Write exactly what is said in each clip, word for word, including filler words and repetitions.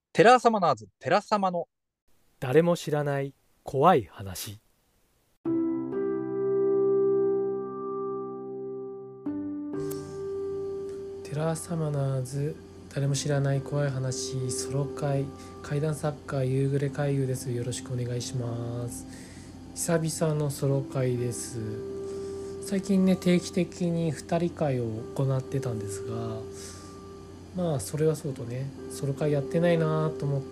テラサマナーズ、テラ様の。 誰も知らない怖い話。テラーサマナーズ誰も知らない怖い話ソロ会、怪談作家夕暮れ海遊です。よろしくお願いします。久々のソロ会です。最近ね、定期的にふたり会を行ってたんですが、まあそれはそうとね、ソロ会やってないなと思って、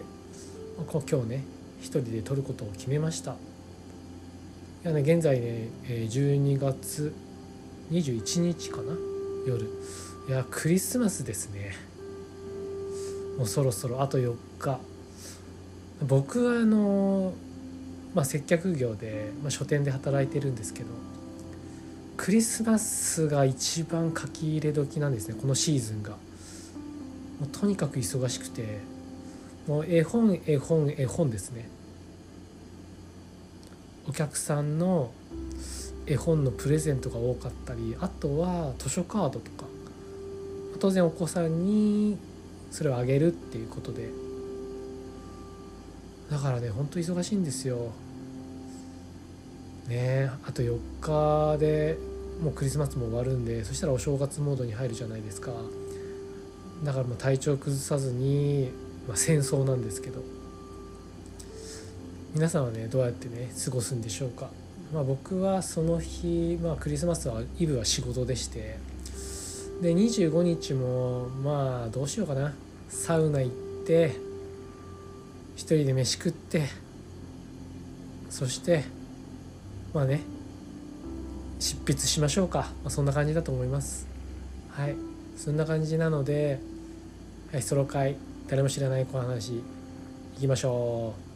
今日ね一人で撮ることを決めました。いやね、現在ねじゅうにがつにじゅういちにちかな、夜。いや、クリスマスですね。もうそろそろあとよっか。僕はあの、まあ、接客業で、まあ、書店で働いてるんですけど、クリスマスが一番書き入れ時なんですね、このシーズンが。もうとにかく忙しくて、もう絵本絵本絵本ですね。お客さんの絵本のプレゼントが多かったり、あとは図書カードとか、当然お子さんにそれをあげるっていうことで、だからねほんと忙しいんですよね。あとよっかでもうクリスマスも終わるんで、そしたらお正月モードに入るじゃないですか。だからもう体調崩さずに、まあ、戦争なんですけど、皆さんはねどうやってね過ごすんでしょうか。まあ、僕はその日、まあ、クリスマスはイブは仕事でして、でにじゅうごにちもまあどうしようかな、サウナ行って一人で飯食って、そしてまあね執筆しましょうか、まあ、そんな感じだと思います。はい、そんな感じなので、はい、ソロ会誰も知らない小話いきましょう。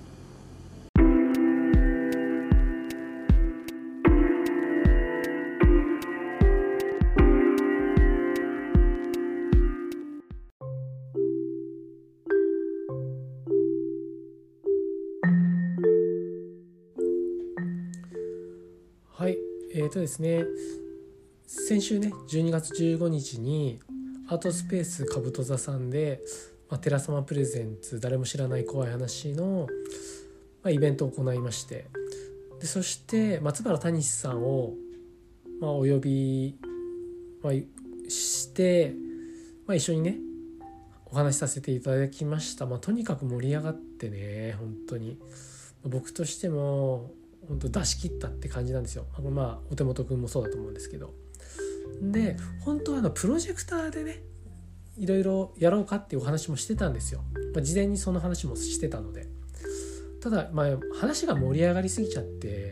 はい、えーとですね先週ねじゅうにがつじゅうごにちにアートスペースかぶと座さんで、まあ、テラサマプレゼンツ誰も知らない怖い話の、まあ、イベントを行いまして、でそして松原谷志さんを、まあ、お呼び、まあ、して、まあ、一緒にねお話しさせていただきました。まあ、とにかく盛り上がってね、本当に僕としても本当出し切ったって感じなんですよ。まあお手元くんもそうだと思うんですけど、で本当はあのプロジェクターでねいろいろやろうかっていうお話もしてたんですよ。まあ、事前にその話もしてたので、ただまあ話が盛り上がりすぎちゃって、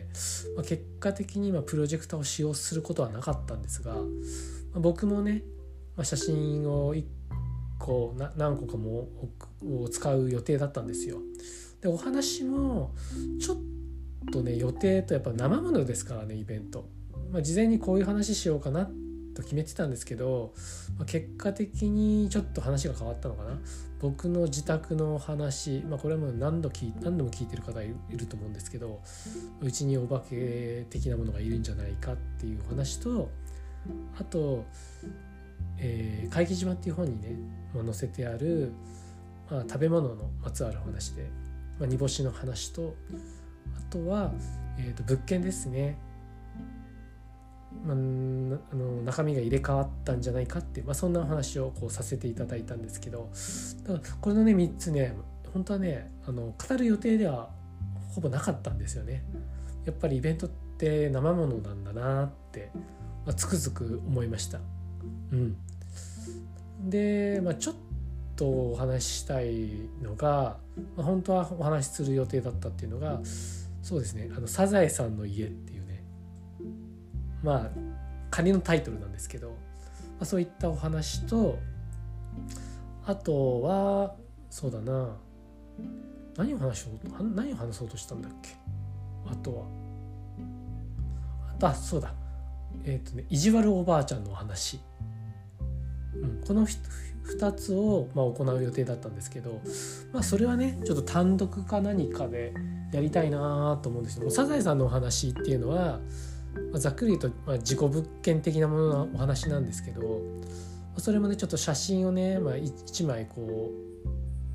まあ、結果的にまあプロジェクターを使用することはなかったんですが、まあ、僕もね、まあ、写真をいっこな何個かもを使う予定だったんですよ。でお話もちょっとね予定とやっぱ生ものですからね、イベント、まあ、事前にこういう話しようかなと決めてたんですけど、まあ、結果的にちょっと話が変わったのかな。僕の自宅の話、まあ、これはもう何度聞い何度も聞いてる方いると思うんですけど、うちにお化け的なものがいるんじゃないかっていう話と、あと、えー、怪奇島っていう本にね、まあ、載せてある、まあ、食べ物のまつわる話で、まあ、煮干しの話と、あとは、えー、と物件ですね、まあ、あの中身が入れ替わったんじゃないかっていう、まあ、そんなお話をこうさせていただいたんですけど、だからこれのねみっつね本当はねあの語る予定ではほぼなかったんですよね。やっぱりイベントって生ものなんだなって、まあ、つくづく思いました。うん、で、まあ、ちょっとお話ししたいのが、まあ、本当はお話しする予定だったっていうのが、そうですね、あのサザエさんの家っていうね、まあ仮のタイトルなんですけど、まあ、そういったお話と、あとはそうだな、何を話そうと何を話そうとしたんだっけ。あとはあとあそうだえっ、ー、とね意地悪おばあちゃんのお話、うん、このふたつをまあ行う予定だったんですけど、まあ、それはねちょっと単独か何かでやりたいなと思うんですよ。サザエさんのお話っていうのは、まあ、ざっくり言うと、まあ、自己物件的なもののお話なんですけど、それもねちょっと写真をね、まあ、いちまいこ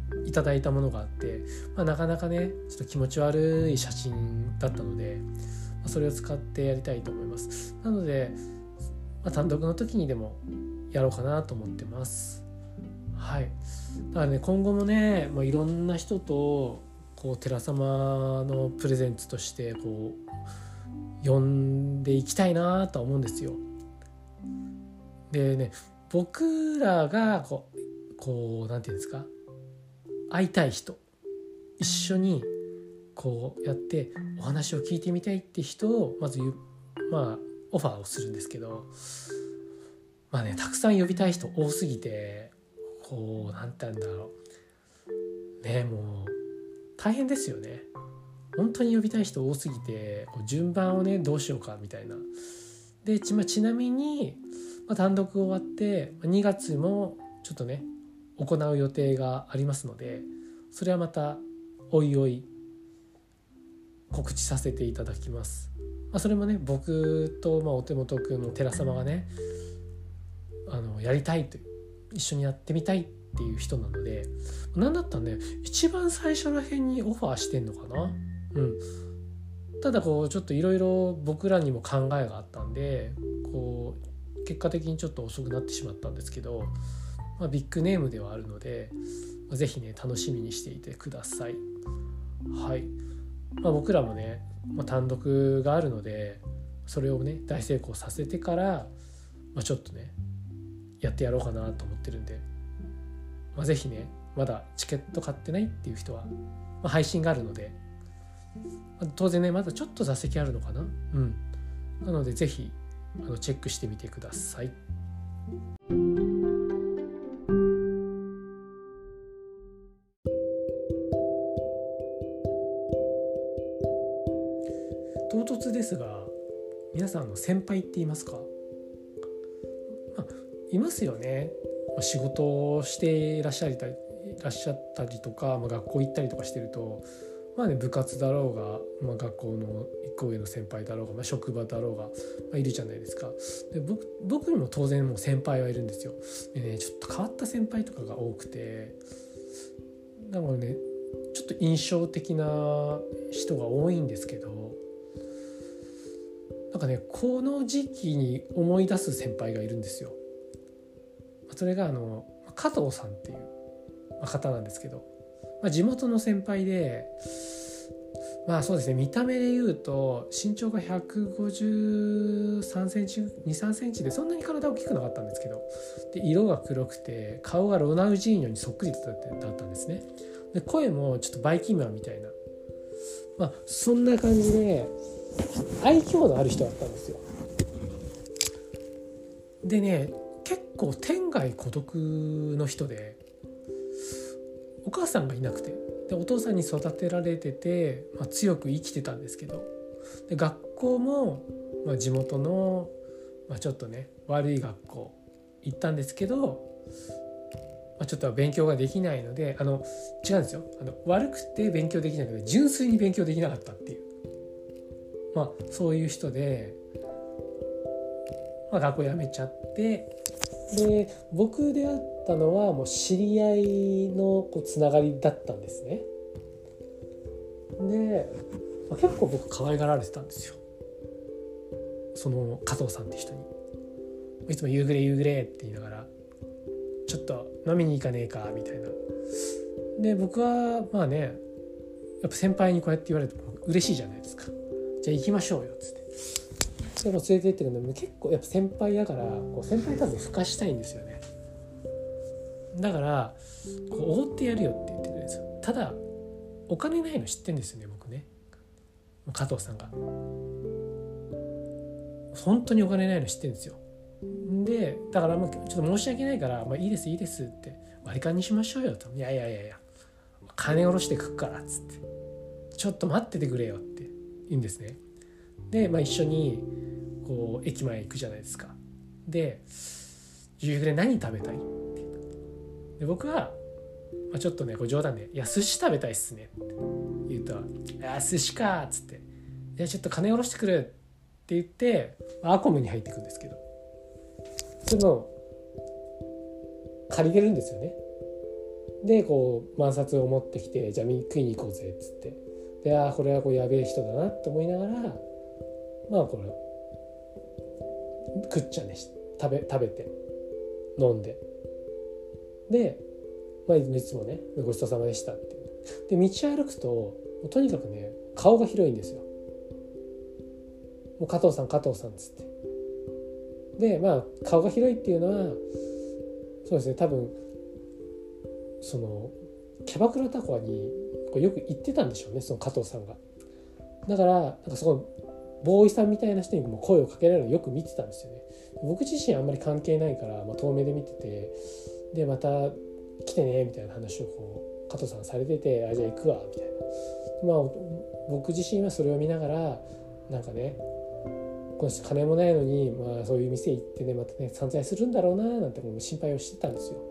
いただいたものがあって、まあ、なかなかねちょっと気持ち悪い写真だったので、まあ、それを使ってやりたいと思います。なので、まあ、単独の時にでもやろうかなと思ってます。はい。だからね今後もね、まあ、いろんな人とこう寺様のプレゼンツとしてこう呼んでいきたいなとは思うんですよ。でね、僕らがこうこうなんていうんですか、会いたい人、一緒にこうやってお話を聞いてみたいって人をまずまあオファーをするんですけど、まあねたくさん呼びたい人多すぎて、こうなんて言うんだろうね、もう大変ですよね。本当に呼びたい人多すぎて、こう順番をねどうしようかみたいな。で ち,、まあ、ちなみに、まあ、単独終わってにがつもちょっとね行う予定がありますので、それはまたおいおい告知させていただきます。まあ、それもね僕と、まあ、お手元くんの寺様がねあのやりたいという、一緒にやってみたいっていう人なので、なんだったらね一番最初ら辺にオファーしてんのかな。うん。ただこうちょっといろいろ僕らにも考えがあったんで、こう結果的にちょっと遅くなってしまったんですけど、まあ、ビッグネームではあるので、まあ、ぜひね楽しみにしていてください。はい。まあ、僕らもね、まあ、単独があるのでそれをね大成功させてから、まあ、ちょっとねやってやろうかなと思ってるんで、まあ、ぜひねまだチケット買ってないっていう人は、まあ、配信があるので、まあ、当然ねまだちょっと座席あるのかな。うんなのでぜひあのチェックしてみてください。唐突ですが、皆さんの先輩って言いますか？まあ、いますよね。仕事をしていらっしゃりたりいらっしゃったりとか、まあ、学校行ったりとかしてると、まあね、部活だろうが、まあ、学校の一個上の先輩だろうが、まあ、職場だろうが、まあ、いるじゃないですか。で 僕, 僕にも当然もう先輩はいるんですよ。でね、ちょっと変わった先輩とかが多くて、だからねちょっと印象的な人が多いんですけど、なんかねこの時期に思い出す先輩がいるんですよ。それがあの加藤さんっていう方なんですけど、まあ、地元の先輩で、まあそうですね、見た目で言うと身長がひゃくごじゅうさんセンチに、さんセンチでそんなに体大きくなかったんですけど、で色が黒くて顔がロナウジーニョにそっくりだったんですね。で声もちょっとバイキンマンみたいな、まあそんな感じで愛嬌のある人だったんですよ。でね結構天涯孤独の人で、お母さんがいなくて、でお父さんに育てられてて、まあ、強く生きてたんですけど、で学校も、まあ、地元の、まあ、ちょっとね悪い学校行ったんですけど、まあ、ちょっと勉強ができないので、あの違うんですよ、あの悪くて勉強できないので純粋に勉強できなかったっていう、まあそういう人で、まあ、学校辞めちゃって、で僕で会ったのはもう知り合いのこうつながりだったんですね。で、まあ、結構僕可愛がられてたんですよ、その加藤さんって人に。いつも夕暮れ夕暮れって言いながら、ちょっと飲みに行かねえかみたいな。で僕はまあねやっぱ先輩にこうやって言われても嬉しいじゃないですか。じゃあ行きましょうよっつって、でも連れて行ってるので結構やっぱ先輩だから、こう先輩多分ふかしたいんですよね。だからこうおごってやるよって言ってくれるんですよ。ただお金ないの知ってるんですよね、僕ね。加藤さんが本当にお金ないの知ってるんですよ。でだからもうちょっと申し訳ないから、まあ、いいですいいですって割り勘にしましょうよと。いやいやいやいや金下ろしてくっからっつって、ちょっと待っててくれよって言うんですね。で、まあ、一緒にこう駅前行くじゃないですか。で夕暮れ何食べたいって、で僕は、まあ、ちょっとねこう冗談で「いや寿司食べたいっすね」って言うと「あ寿司か」っつって「いやちょっと金下ろしてくる」って言ってアコムに入っていくんですけど、それも借りてるんですよね。 でこう万札を持ってきて、じゃあ食いに行こうぜっつって、であこれはこうやべえ人だなって思いながら、まあこれ食っちゃね食べ食べて飲んで、で、まあ、いつもねごちそうさまでしたってで道歩くととにかくね顔が広いんですよ。もう加藤さん加藤さんっつって、でまあ顔が広いっていうのはそうですね、多分そのキャバクラタコアによく行ってたんでしょうね、その加藤さんが。だからなんかそこボーイさんみたいな人にも声をかけられるのをよく見てたんですよね。僕自身あんまり関係ないから、まあ、遠目で見てて、でまた来てねみたいな話をこう加藤さんされてて、あじゃあ行くわみたいな。まあ僕自身はそれを見ながらなんかね、この人金もないのに、まあ、そういう店行ってねまたね散財するんだろうななんて心配をしてたんですよ。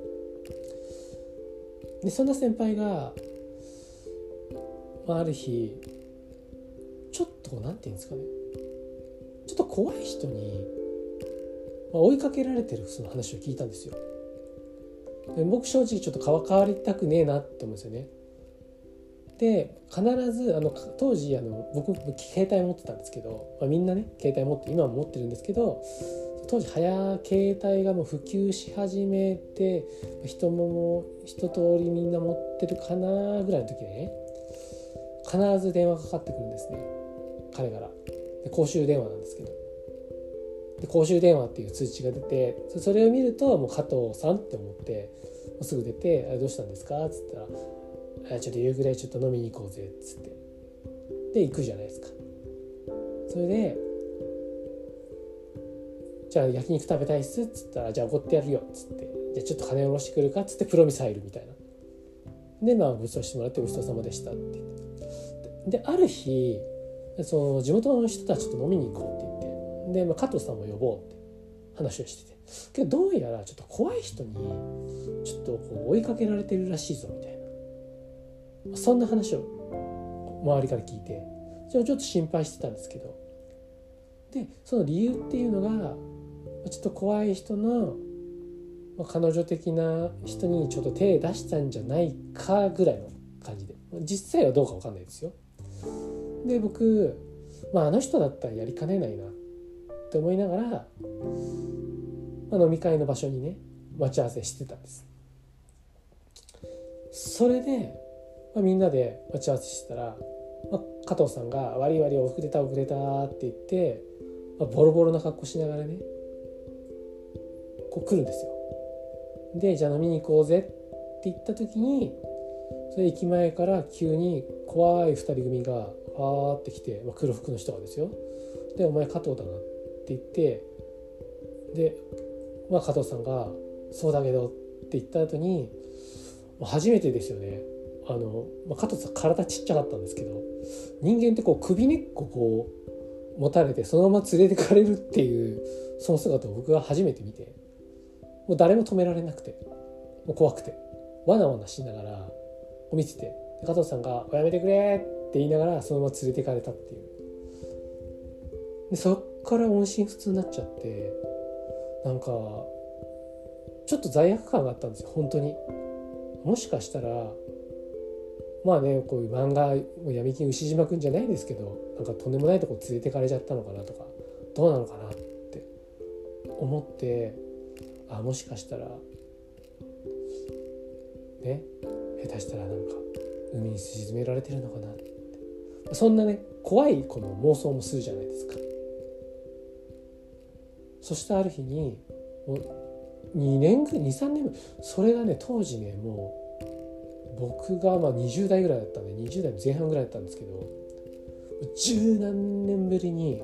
でそんな先輩が、まあ、ある日ちょっとなんていうんですかね、ちょっと怖い人に、まあ、追いかけられてるその話を聞いたんですよ。で僕正直ちょっと変わりたくねえなって思うんですよね。で必ずあの当時あの僕携帯持ってたんですけど、まあ、みんなね携帯持って今も持ってるんですけど、当時早携帯がもう普及し始めて、人ももう一通りみんな持ってるかなぐらいの時ね、必ず電話がかかってくるんですね、彼から。で公衆電話なんですけど、で公衆電話っていう通知が出て、それを見るともう加藤さんって思ってすぐ出て、あどうしたんですかっつったら、あちょっと夕暮れちょっと飲みに行こうぜっつって、で行くじゃないですか。それでじゃあ焼肉食べたいっすっつったら、じゃあおごってやるよっつって、じゃあちょっと金下ろしてくるかっつってプロミス入るみたいな。でまあごちそうしてもらってごちそうさまでしたって言って、である日その地元の人たちと飲みに行こうって言って、で、まあ、加藤さんも呼ぼうって話をしてて、けどどうやらちょっと怖い人にちょっとこう追いかけられてるらしいぞみたいな、そんな話を周りから聞いて、ちょっと心配してたんですけど、でその理由っていうのがちょっと怖い人の、まあ、彼女的な人にちょっと手出したんじゃないかぐらいの感じで、実際はどうか分かんないですよ。で僕、まあ、あの人だったらやりかねないなって思いながら、まあ、飲み会の場所にね待ち合わせしてたんです。それで、まあ、みんなで待ち合わせしてたら、まあ、加藤さんが「悪い悪い遅れた遅れた」って言って、まあ、ボロボロな格好しながらねこう来るんですよ。でじゃあ飲みに行こうぜって言った時に、それ駅前から急に怖いふたり組がわーって来て、まあ、黒服の人がですよ。でお前加藤だなって言って、で、まあ、加藤さんがそうだけどって言った後に、初めてですよね、あの、まあ、加藤さん体ちっちゃかったんですけど、人間ってこう首根っここう持たれてそのまま連れてかれるっていうその姿を僕が初めて見て、もう誰も止められなくて、もう怖くてわなわなしながら見てて、加藤さんが「おやめてくれ」って言いながらそのまま連れてかれたっていう。でそっから音信不通になっちゃって、なんかちょっと罪悪感があったんですよ本当に。もしかしたらまあね、こういう漫画闇金牛島くんじゃないですけど、なんかとんでもないとこ連れてかれちゃったのかなとか、どうなのかなって思って、あもしかしたらね下手したらなんか海に沈められてるのかなって、そんなね怖いこの妄想もするじゃないですか。そしてある日にもうにねんぐらいにさんねんぐらい、それがね当時ねもう僕がまあにじゅう代ぐらいだったんでにじゅう代の前半ぐらいだったんですけど、十何年ぶりに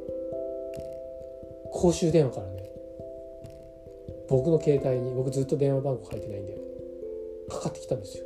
公衆電話からね、僕の携帯に、僕ずっと電話番号書いてないんでかかってきたんですよ。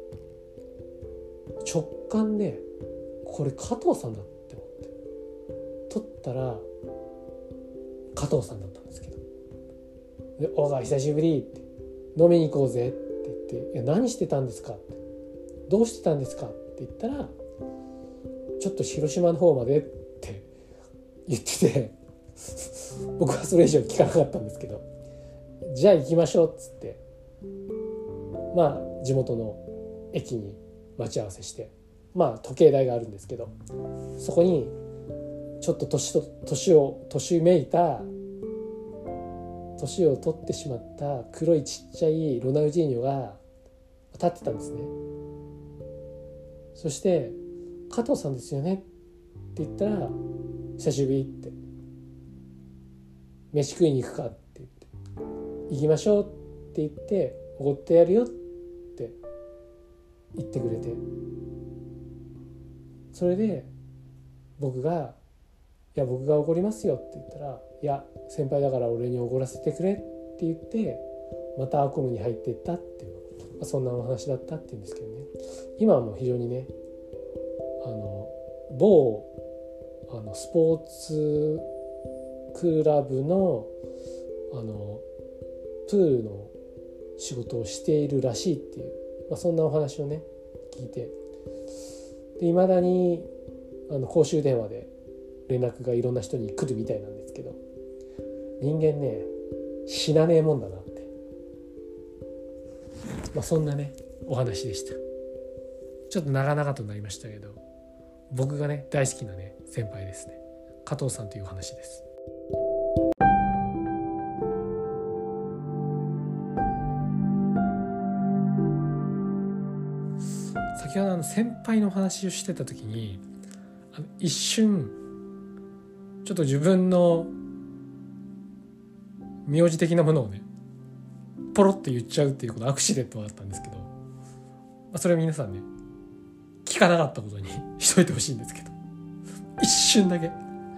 直感でこれ加藤さんだって思って取ったら加藤さんだったんですけど、でおが久しぶりって飲みに行こうぜって言って、いや何してたんですかって、どうしてたんですかって言ったら、ちょっと広島の方までって言ってて僕はそれ以上聞かなかったんですけど、じゃあ行きましょうっつってまあ地元の駅に待ち合わせして、まあ時計台があるんですけど、そこにちょっと年と年を年めいた年を取ってしまった黒いちっちゃいロナウジーニョが立ってたんですね。そして加藤さんですよねって言ったら、久しぶりって、飯食いに行くかって言って、行きましょうって言って、おごってやるよって言ってくれて、それで僕がいや僕がおごりますよって言ったら、いや先輩だから俺におごらせてくれって言って、またアコムに入っていったっていう、まあ、そんなお話だったっていうんですけどね。今はもう非常にね、あの某あのスポーツクラブのあのプールの仕事をしているらしいっていう、まあ、そんなお話をね聞いて、で未だにあの公衆電話で連絡がいろんな人に来るみたいなんですけど、人間ね死なねえもんだなって、まあ、そんなねお話でした。ちょっと長々となりましたけど、僕がね大好きなね先輩ですね、加藤さんというお話です。先ほどあの先輩のお話をしてた時に、あの一瞬ちょっと自分の名字的なものをねポロって言っちゃうっていうこのアクシデントがあったんですけど、まあ、それは皆さんね聞かなかったことにしといてほしいんですけど、一瞬だけ、はい、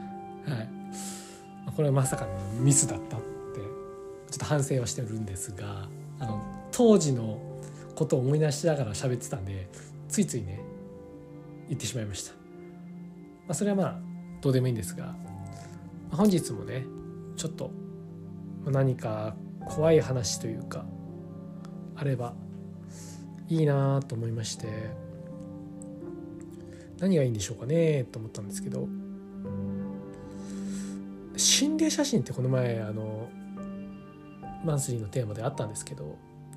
これはまさかのミスだったってちょっと反省はしてるんですが、あの当時のことを思い出しながら喋ってたんで、ついついね言ってしまいました。まあ、それはまあどうでもいいんですが、本日もねちょっと何か怖い話というかあればいいなと思いまして、何がいいんでしょうかねと思ったんですけど、心霊写真ってこの前あのマンスリーのテーマであったんですけど、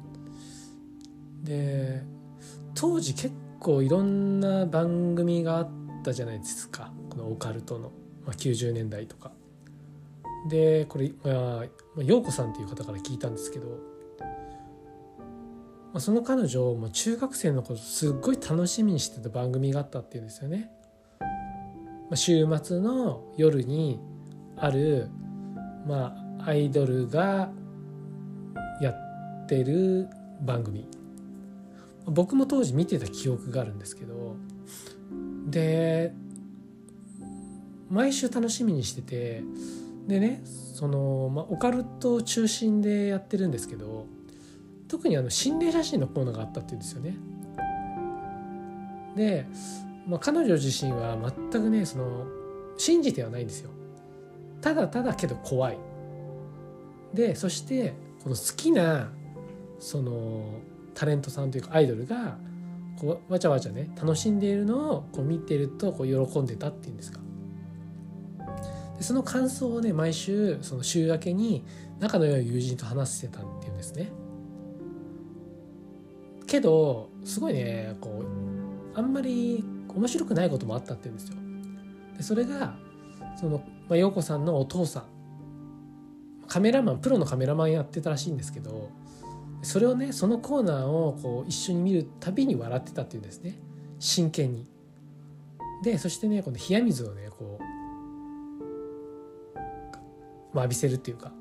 で当時結構いろんな番組があったじゃないですか、このオカルトの、まあ、きゅうじゅうねんだいとかで、これ、まあ、陽子さんっていう方から聞いたんですけど、まあ、その彼女も中学生の頃すっごい楽しみにしてた番組があったっていうんですよね。まあ、週末の夜にある、まあ、アイドルがやってる番組、僕も当時見てた記憶があるんですけど、で毎週楽しみにしてて、でねその、まあ、オカルト中心でやってるんですけど、特にあの心霊写真のコーナーがあったっていうんですよね。で、まあ、彼女自身は全くねその信じてはないんですよ。ただただけど怖い。でそしてこの好きなそのタレントさんというかアイドルがこうわちゃわちゃね楽しんでいるのをこう見てるとこう喜んでたっていうんですか。でその感想をね毎週その週明けに仲の良い友人と話してたっていうんですね。けどすごいねこうあんまり面白くないこともあったっていうんですよ。でそれがその、まあ、陽子さんのお父さん、カメラマンプロのカメラマンやってたらしいんですけど、それをねそのコーナーをこう一緒に見るたびに笑ってたっていうんですね、真剣に。でそしてねこの冷や水をねこう、まあ、浴びせるっていうか、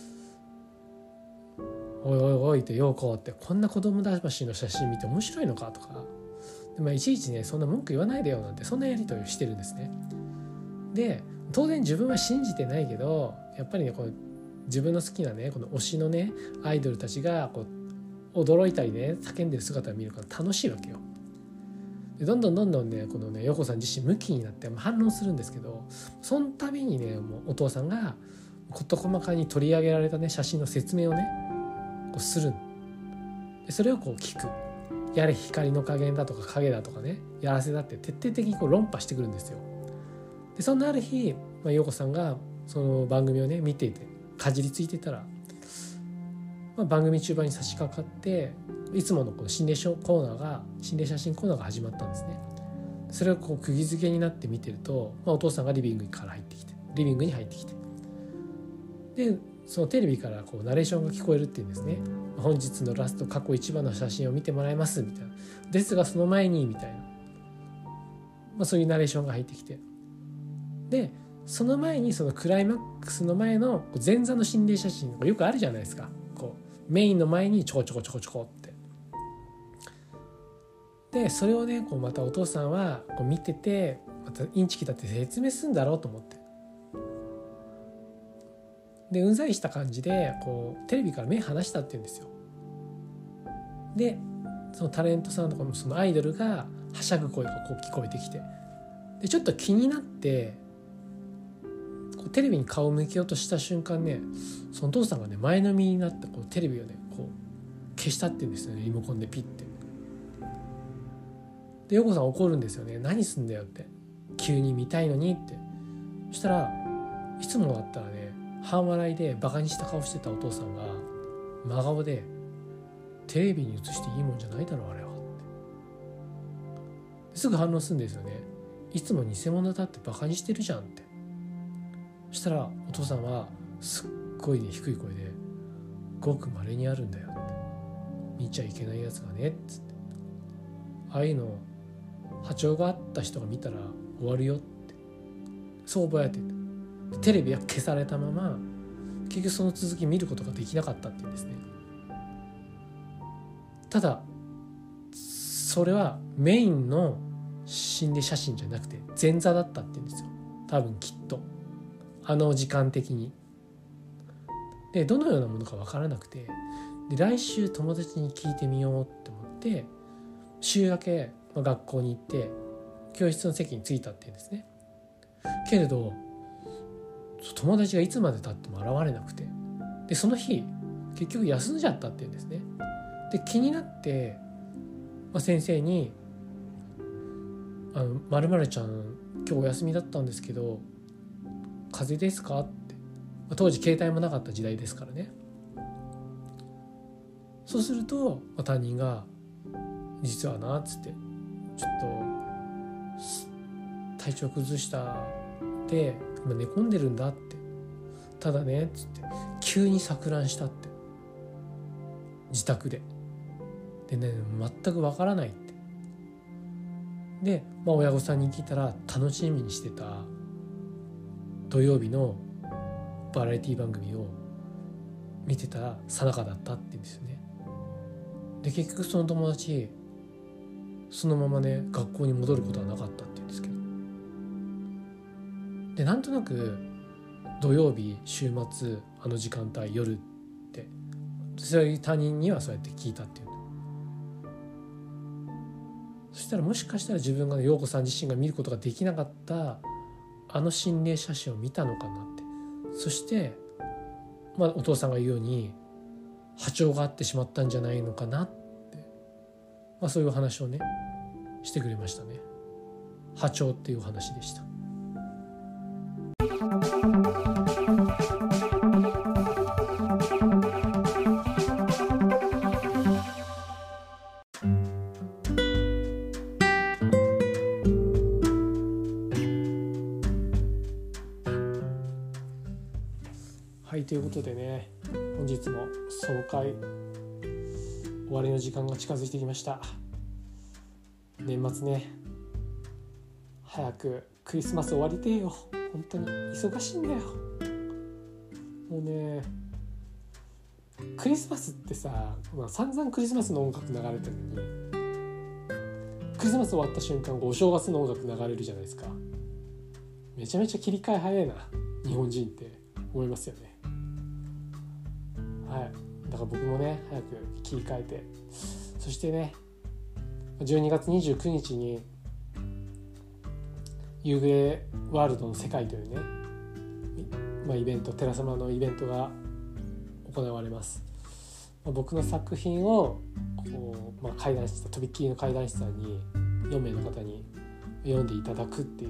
おいおいおいって陽子ってこんな子供だましの写真見て面白いのかとかで、まあ、いちいちねそんな文句言わないでよなんてそんなやり取りをしてるんですね。で当然自分は信じてないけどやっぱりねこう自分の好きなねこの推しのねアイドルたちがこう驚いたりね叫んでる姿を見るから楽しいわけよ。でどんどんどんどんねこのね陽子さん自身ムキになって反論するんですけど、その度にねもうお父さんが事細かに取り上げられたね写真の説明をねこうする。でそれをこう聞く。やれ光の加減だとか影だとかねやらせだって徹底的にこう論破してくるんですよ。でそんなある日、まあ、陽子さんがその番組をね見ていてかじりついてたらまあ、番組中盤に差し掛かっていつものこの心霊コーナーが心霊写真コーナーが始まったんですね。それをこう釘付けになって見てると、まあ、お父さんがリビングから入ってきてリビングに入ってきて、でそのテレビからこうナレーションが聞こえるっていうんですね。本日のラスト過去一番の写真を見てもらいますみたいな、ですがその前にみたいな、まあ、そういうナレーションが入ってきて、でその前にそのクライマックスの前の前座の心霊写真よくあるじゃないですか。こうメインの前にちょこちょこちょこちょこって、でそれをねこうまたお父さんはこう見てて、またインチキだって説明するんだろうと思って、でうんざりした感じでこうテレビから目離したって言うんですよ。でそのタレントさんとかのそのアイドルがはしゃぐ声がこう聞こえてきて、でちょっと気になってこうテレビに顔を向けようとした瞬間ね、そのお父さんがね前のめりになってこうテレビをねこう消したって言うんですよね、リモコンでピッて。で陽子さん怒るんですよね。何すんだよって、急に見たいのにって。そしたらいつもだったらね半笑いでバカにした顔してたお父さんが真顔で、テレビに映していいもんじゃないだろうあれはってすぐ反応するんですよね。いつも偽物だってバカにしてるじゃんって。そしたらお父さんはすっごいね低い声で、ごく稀にあるんだよって、見ちゃいけないやつがねっつって、ああいうの波長があった人が見たら終わるよって、そう覚えてて、テレビは消されたまま結局その続き見ることができなかったっていうんですね。ただそれはメインの心霊写真じゃなくて前座だったって言うんですよ、多分きっとあの時間的に。でどのようなものか分からなくて、で来週友達に聞いてみようって思って週明け、まあ、学校に行って教室の席に着いたっていうんですね。けれど友達がいつまで経っても現れなくて、でその日結局休んじゃったっていうんですね。で気になって、まあ、先生に「あの〇〇ちゃん今日お休みだったんですけど風邪ですか?」って、まあ、当時携帯もなかった時代ですからね。そうすると、まあ、担任が「実はな」っつって、ちょっと体調崩したで今寝込んでるんだって、ただねっつって急に錯乱したって、自宅ででね全くわからないって。で、まあ、親御さんに聞いたら楽しみにしてた土曜日のバラエティ番組を見てた最中だったって言うんですよね。で結局その友達そのままね学校に戻ることはなかったって言うんですけど、でなんとなく土曜日週末あの時間帯夜ってそういう他人にはそうやって聞いたっていう。そしたらもしかしたら自分が陽子さん自身が見ることができなかったあの心霊写真を見たのかなって。そして、まあ、お父さんが言うように波長が合ってしまったんじゃないのかなって、まあ、そういう話をねしてくれましたね。波長っていう話でした。はい、ということでね、本日も総会終わりの時間が近づいてきました。年末ね、早くクリスマス終わりてえよ。本当に忙しいんだよ。もうね、クリスマスってさ、まあ、散々クリスマスの音楽流れてるのに、クリスマス終わった瞬間お正月の音楽流れるじゃないですか。めちゃめちゃ切り替え早いな日本人って思いますよね。はい、だから僕もね早く切り替えて、そしてねじゅうにがつにじゅうくにちに遊芸ワールドの世界というね、まあ、イベントテラ様のイベントが行われます。まあ、僕の作品をこう、まあ、会談室とびっきりの会談室さんによんめいの方に読んでいただくっていう、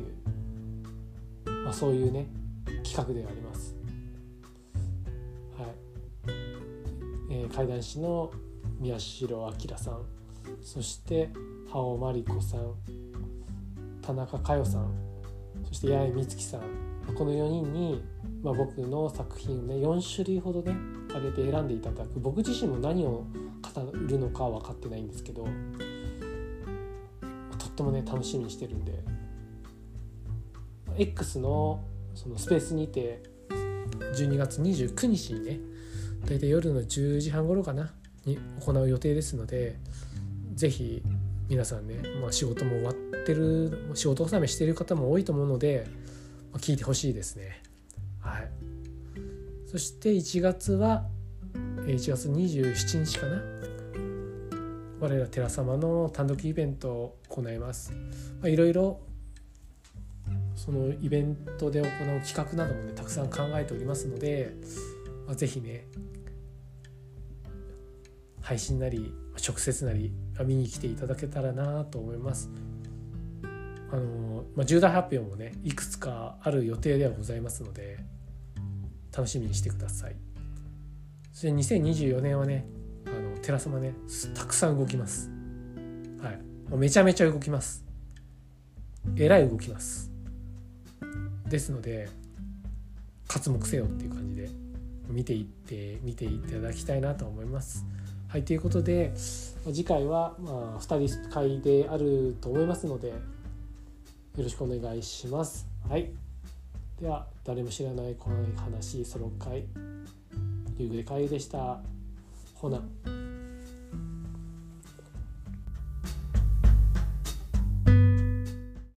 まあ、そういうね企画ではあります。はい。ええー、怪談師の宮代明さん、そして羽尾真理子さん、田中佳代さん、そして八重美月さん、このよにんに、まあ、僕の作品をねよんしゅるいほどね挙げて選んでいただく。僕自身も何を語るのかは分かってないんですけど、とってもね楽しみにしてるんで、 X のそのスペースにてじゅうにがつにじゅうくにちにね、だいたい夜のじゅうじはん頃かなに行う予定ですので、ぜひ皆さんね、まあ、仕事も終わってる、仕事納めしている方も多いと思うので、まあ、聞いてほしいですね。はい。そしていちがつはいちがつにじゅうしちにちかな、我ら寺様の単独イベントを行います。まあ、いろいろそのイベントで行う企画などもねたくさん考えておりますので、まあ、ぜひね配信なり直接なり見に来ていただけたらなと思います。あの、まあ、重大発表もねいくつかある予定ではございますので楽しみにしてください。そしてにせんにじゅうよねんはね、あの寺様ねたくさん動きます。はい、もうめちゃめちゃ動きます。えらい動きます。ですので活目せよっていう感じで見ていって見ていただきたいなと思います。はい、ということで次回はまあふたり会であると思いますのでよろしくお願いします。はい、では誰も知らない怖い話ソロ会夕暮れ会でした。ほな。